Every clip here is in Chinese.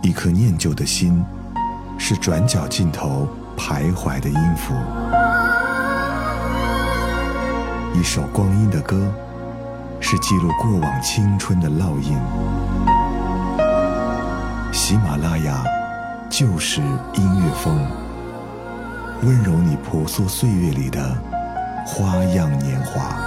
一颗念旧的心，是转角尽头徘徊的音符。一首光阴的歌，是记录过往青春的烙印。喜马拉雅就是音乐风，温柔你婆娑岁月里的花样年华。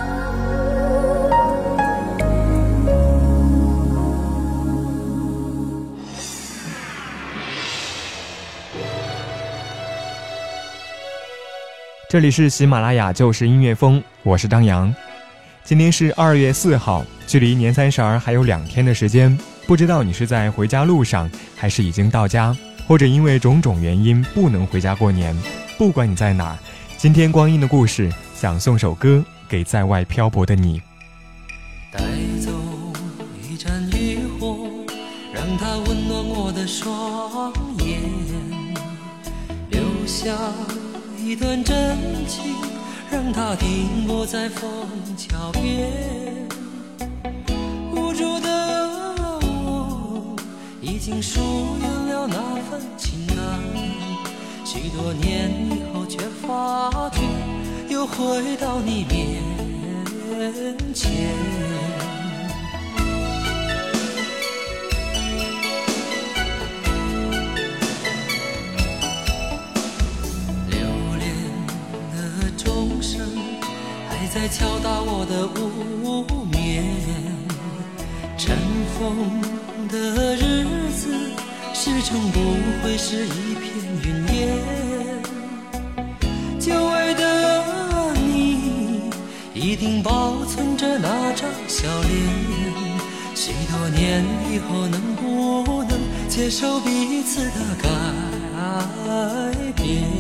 这里是喜马拉雅就是音乐风，我是张扬。今天是2月4号，距离年30还有2天的时间，不知道你是在回家路上，还是已经到家，或者因为种种原因不能回家过年。不管你在哪儿，今天光阴的故事想送首歌给在外漂泊的你。 带走一盏渔火，让它温暖我的双眼，留下一段真情，让它停泊在枫桥边。无助的我已经疏远了那份情感，许多年以后却发觉又回到你面前。在敲打我的无眠，尘封的日子始终不会是一片云烟。久违的你一定保存着那张笑脸，许多年以后能不能接受彼此的改变？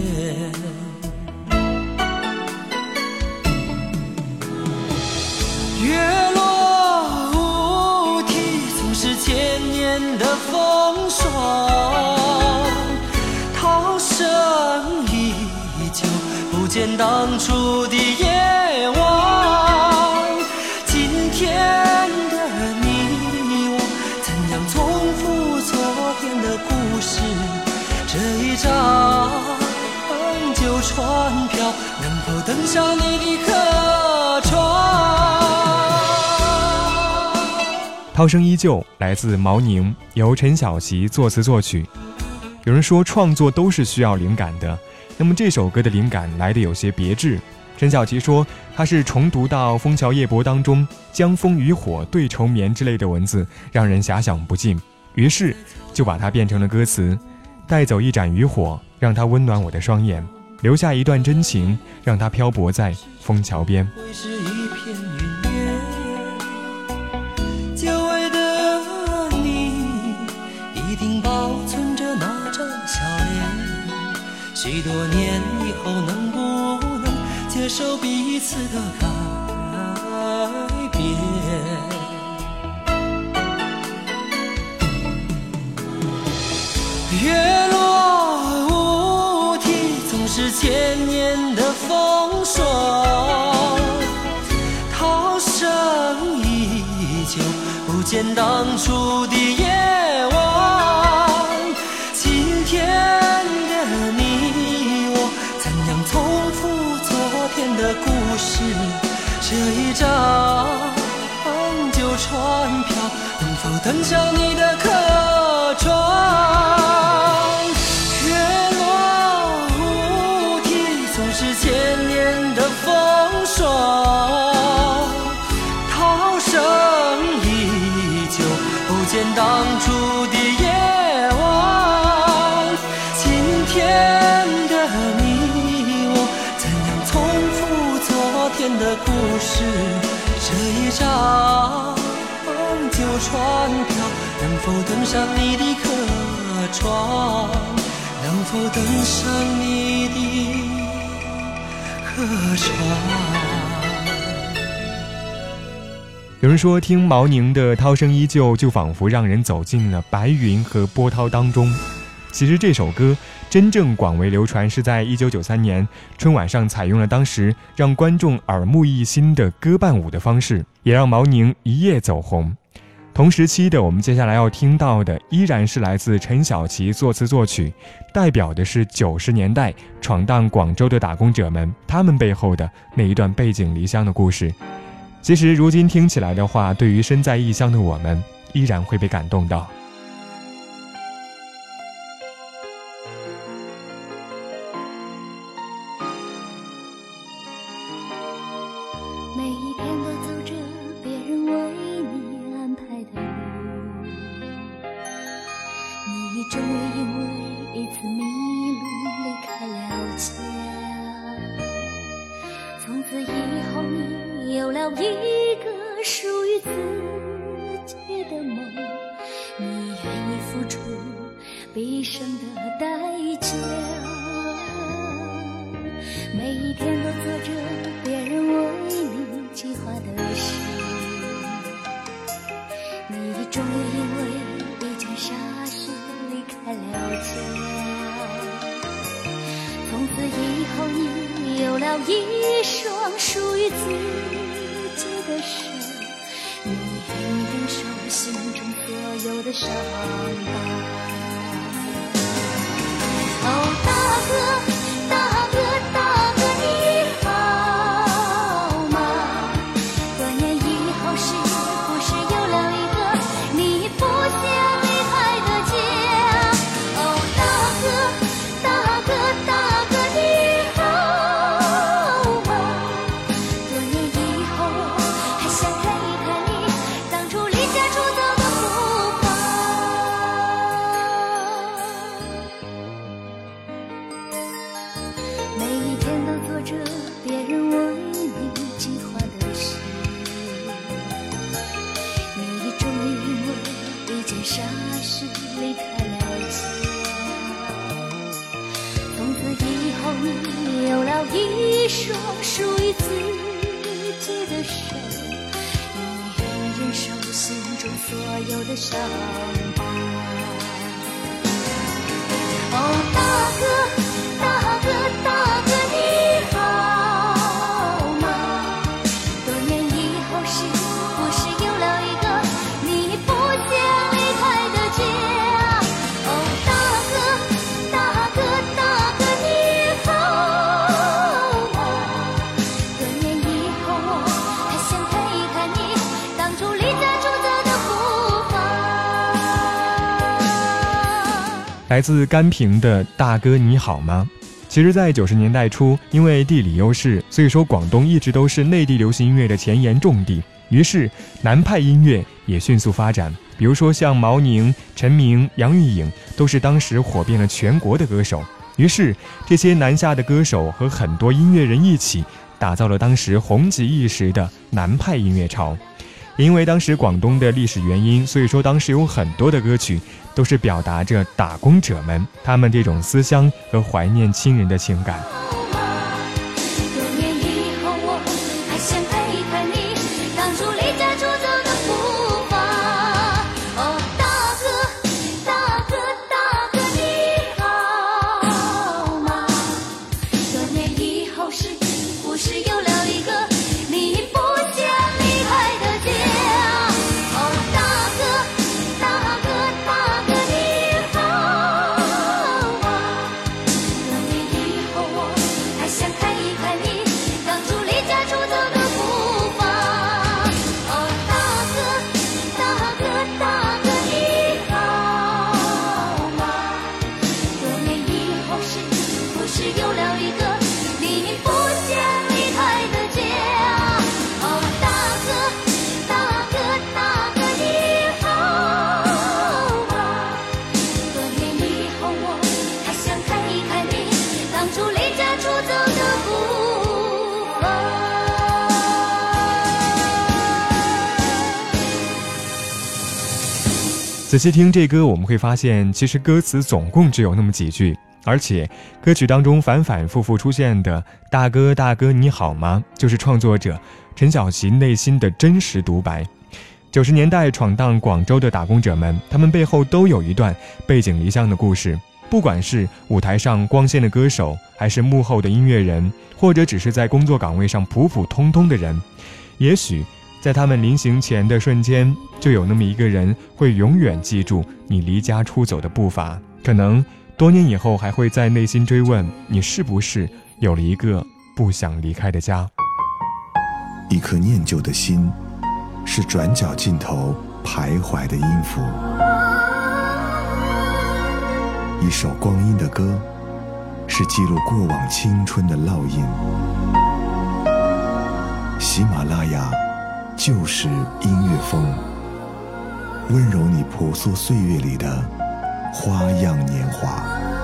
月落乌啼，总是千年的风霜，涛声依旧，不见当初的夜望。今天的你我，怎样重复昨天的故事？这一张旧船票，能否登上你的客船？ 涛声依旧来自毛宁，由陈小琪作词作曲。有人说创作都是需要灵感的，那么这首歌的灵感来得有些别致。陈小琪说他是重读到枫桥夜泊当中江枫渔火对愁眠之类的文字，让人遐想不尽，于是就把它变成了歌词。带走一盏渔火，让它温暖我的双眼，留下一段真情，让它漂泊在枫桥边。 会是一片云烟，久违的你一定保存着那张笑脸，许多年以后能不能接受彼此的改变？月落乌啼，总是千年的风霜，涛声依旧，不见当初的夜望。今天的你我，怎样重复昨天的故事？这一张旧船票，能否登上你的客船？当初的夜望，今天的你我，怎样重复昨天的故事？这一张旧船票，能否登上你的客船？能否登上你的客船？ 有人说听毛宁的涛声依旧，就仿佛让人走进了白云和波涛当中。其实这首歌真正广为流传是在1993年春晚上，采用了当时让观众耳目一新的歌伴舞的方式，也让毛宁一夜走红。 同时期的我们接下来要听到的依然是来自陈小奇作词作曲，代表的是90年代闯荡广州的打工者们，他们背后的那一段背井离乡的故事。其实如今听起来的话，对于身在异乡的我们依然会被感动到。 每一天都走着别人为你安排的路，你终于因为一次迷路离开了家，从此以后你有了一个属于自己的梦，你愿意付出毕生的代价，每一天都做着别人为你计划的事，你终于因为一件傻事离开了家，从此以后你有了一双属于自己的手，你愿意忍受心中所有的伤疤。哦，大哥大哥大哥你好吗？多年以后是不是有了一个你不想离开的家？哦，大哥大哥大哥你好吗？多年以后我还想看一看你当初离家出走的步伐。每一天都做着别人为你计划的事，你终于因为一件傻事离开了家，从此以后你有了一双属于自己的手，你愿意忍受心中所有的伤疤。哦，大哥大哥大哥你好吗？多年以后是不是有了一个你不想离开的家？哦，大哥大哥大哥你好吗？多年以后我还想看一看你当初离家出走的步伐。 来自甘平的大哥你好吗？其实在90年代初，因为地理优势，所以说广东一直都是内地流行音乐的前沿重地，于是南派音乐也迅速发展，比如说像毛宁、陈明、杨钰颖都是当时火遍了全国的歌手，于是这些南下的歌手和很多音乐人一起打造了当时红极一时的南派音乐潮。因为当时广东的历史原因，所以说当时有很多的歌曲都是表达着打工者们他们这种思乡和怀念亲人的情感。 多年以后我还想看一看你当初离家出走的步伐。哦，大哥大哥大哥你好吗？多年以后是不是有了一个你不想离开的家？哦，大哥大哥大哥你好吗？多年以后我还想看一看你当初离家出走的步伐。哦，大哥大哥大哥你好吗？多年以后是不是有了一个你不想离开的家？哦，大哥大哥大哥你好吗？多年以后我还想看一看你当初离家出走的步伐。 仔细听这歌，我们会发现其实歌词总共只有那么几句，而且歌曲当中反反复复出现的大哥大哥你好吗，就是创作者陈小奇内心的真实独白。90年代闯荡广州的打工者们，他们背后都有一段背井离乡的故事，不管是舞台上光鲜的歌手，还是幕后的音乐人，或者只是在工作岗位上普普通通的人，也许在他们临行前的瞬间，就有那么一个人会永远记住你离家出走的步伐，可能多年以后还会在内心追问你是不是有了一个不想离开的家。 一颗念旧的心，是转角尽头徘徊的音符。一首光阴的歌，是记录过往青春的烙印。喜马拉雅就是音乐风，温柔你婆娑岁月里的花样年华。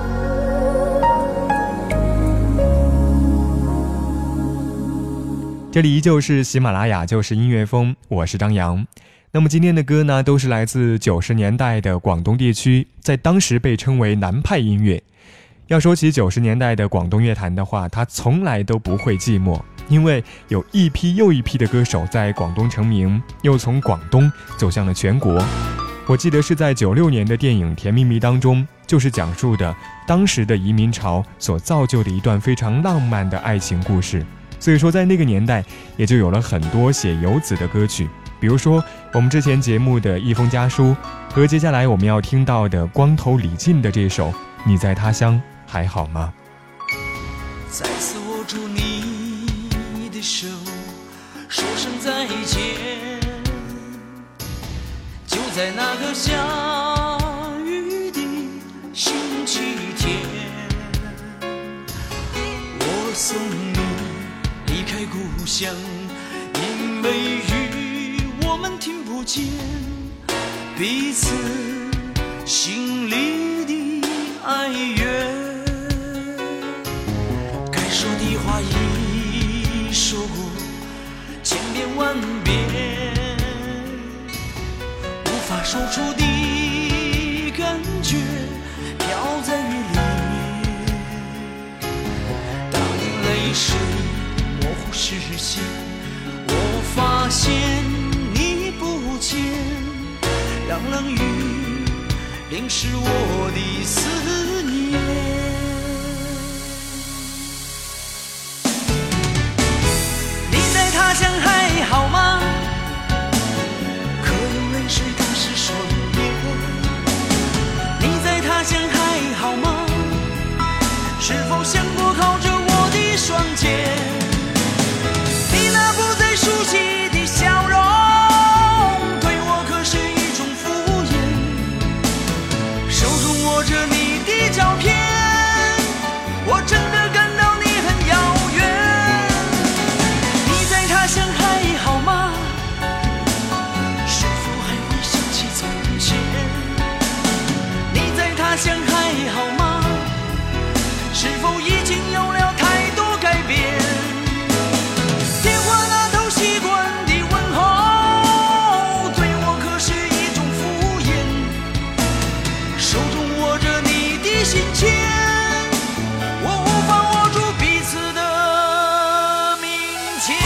这里依旧是喜马拉雅就是音乐风，我是张扬。那么今天的歌呢，都是来自90年代的广东地区，在当时被称为南派音乐。要说起90年代的广东乐坛的话，它从来都不会寂寞，因为有一批又一批的歌手在广东成名，又从广东走向了全国。我记得是在96年的电影《甜蜜蜜》当中，就是讲述的当时的移民潮所造就的一段非常浪漫的爱情故事。所以说在那个年代也就有了很多写游子的歌曲，比如说我们之前节目的《一封家书》，和接下来我们要听到的光头李进的这首《你在他乡还好吗》。 再次握住你的手，说声再见，就在那个下雨的星期天，我送你离开故乡，因为雨我们听不见彼此心里的哀怨，该说的话已说过千遍万遍，无法说出的感觉飘在雨里面，当泪水模糊视线，我发现你不见，让冷雨淋湿我的思念。你在他乡还好吗？可有泪水打湿双眼。你在他乡还好吗？是否想过靠着我的双肩？你那不再熟悉的笑容，对我可是一种敷衍。手中握着你的照片，我真的感到你很遥远。你在他乡还好吗？是否还会想起从前？你在他乡还好吗？是否已经有了太多改变？电话那头习惯的问候，对我可是一种敷衍。手中握着你的信签，我无法握住彼此的明天。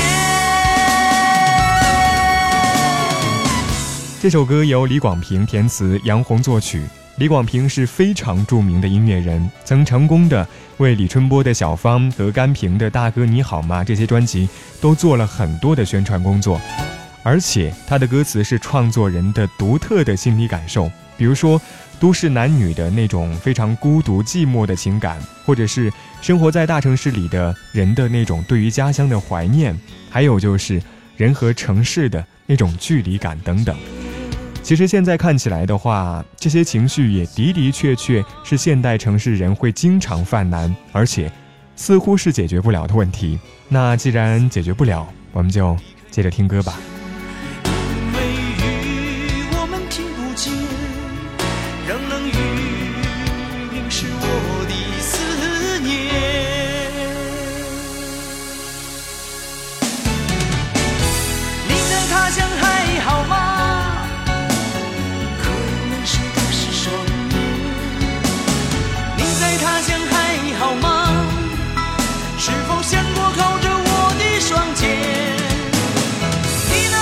这首歌由李广平填词，杨红作曲。李广平是非常著名的音乐人，曾成功的为李春波的《小芳》和甘萍的《大哥你好吗》这些专辑都做了很多的宣传工作，而且他的歌词是创作人的独特的心理感受，比如说都市男女的那种非常孤独寂寞的情感，或者是生活在大城市里的人的那种对于家乡的怀念，还有就是人和城市的那种距离感等等。其实现在看起来的话，这些情绪也的的确确是现代城市人会经常犯难，而且似乎是解决不了的问题。那既然解决不了，我们就接着听歌吧。 因为雨我们听不见，让冷雨淋湿我的思念。你在他乡还好吗？他乡还好吗？是否想过靠着我的双肩？你那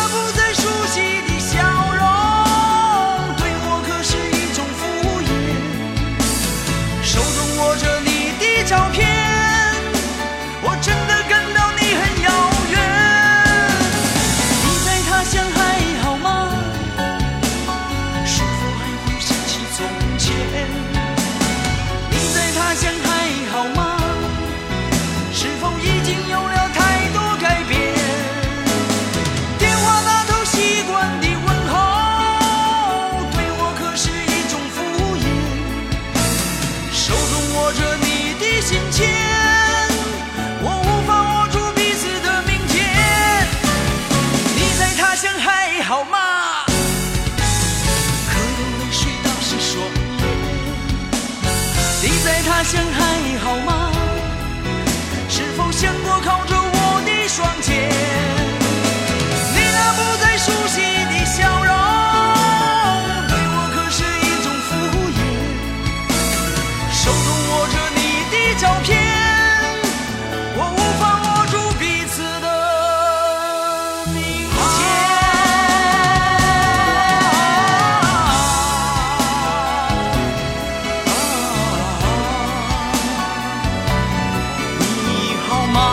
他乡还好吗？是否想过靠着我的双肩？你那不再熟悉的笑容，对我可是一种敷衍。手中握着你的照片，我无法握住彼此的明天。你好吗？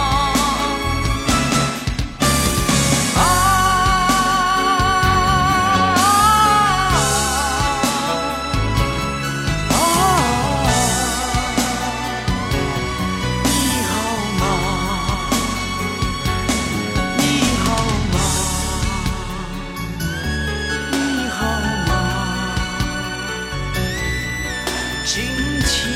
今天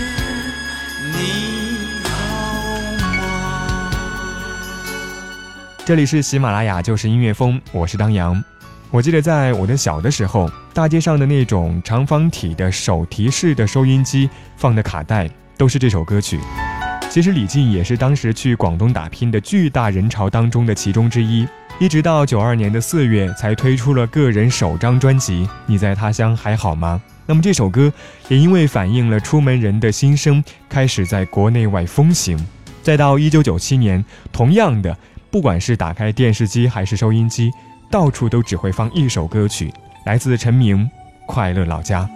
你好吗？ 这里是喜马拉雅就是音乐风，我是当阳。我记得在我的小的时候，大街上的那种长方体的手提式的收音机放的卡带都是这首歌曲。其实李静也是当时去广东打拼的巨大人潮当中的其中之一，一直到92年的4月才推出了个人首张专辑《你在他乡还好吗》。那么这首歌也因为反映了出门人的心声，开始在国内外风行。再到1997年，同样的，不管是打开电视机还是收音机，到处都只会放一首歌曲，来自陈明《快乐老家》。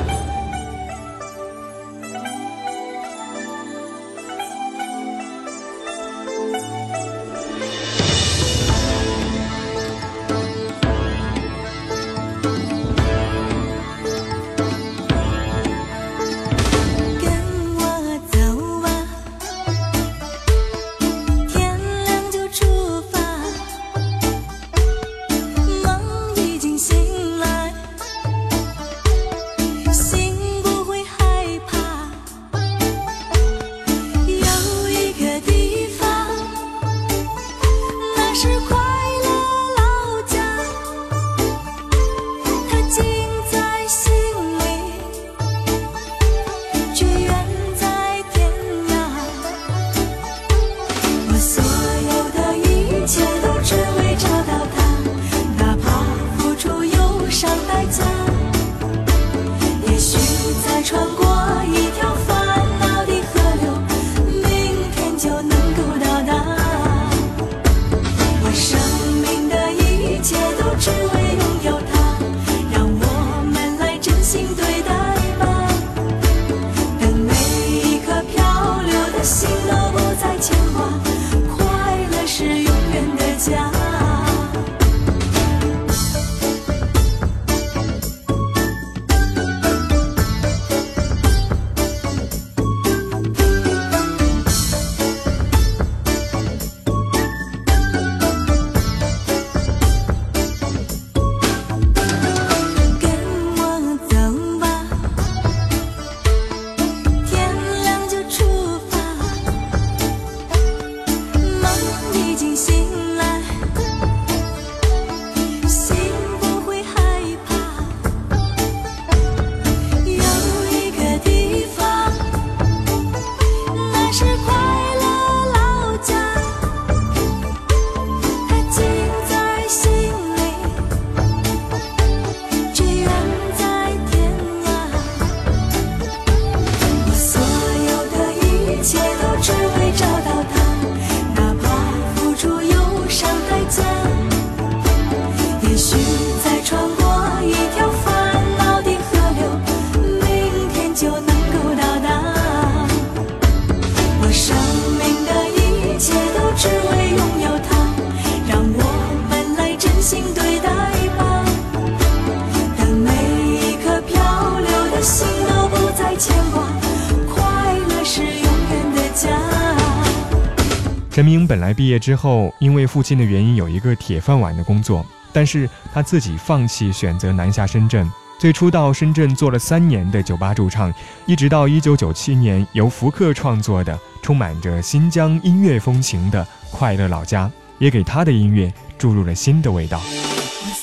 陈明本来毕业之后，因为父亲的原因有一个铁饭碗的工作，但是他自己放弃，选择南下深圳。最初到深圳做了3年的酒吧驻唱，一直到1997年由福克创作的充满着新疆音乐风情的《快乐老家》，也给他的音乐注入了新的味道。 我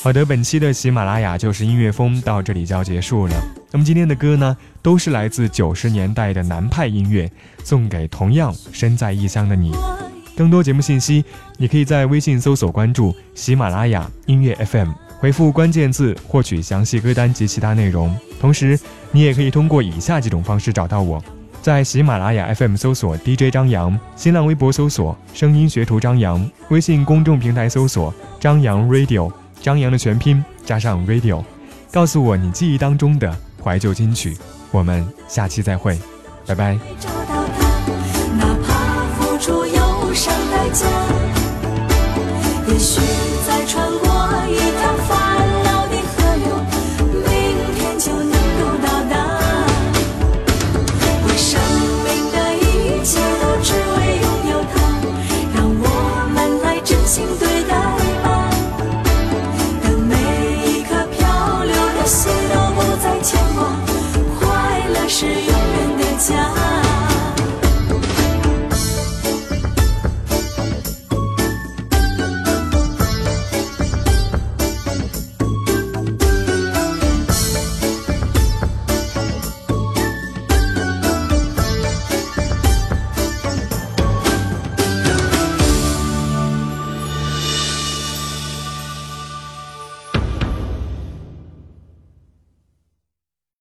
好的，本期的喜马拉雅就是音乐风到这里就要结束了。那么今天的歌呢，都是来自90年代的南派音乐，送给同样身在异乡的你。更多节目信息，你可以在微信搜索关注喜马拉雅音乐 FM， 回复关键字获取详细歌单及其他内容。同时，你也可以通过以下几种方式找到我：在喜马拉雅 FM 搜索 DJ 张扬，新浪微博搜索声音学徒张扬，微信公众平台搜索张扬 Radio， 张扬的全拼加上 Radio， 告诉我你记忆当中的怀旧金曲。我们下期再会，拜拜。 找到它，哪怕付出忧伤代价，也许再穿过一条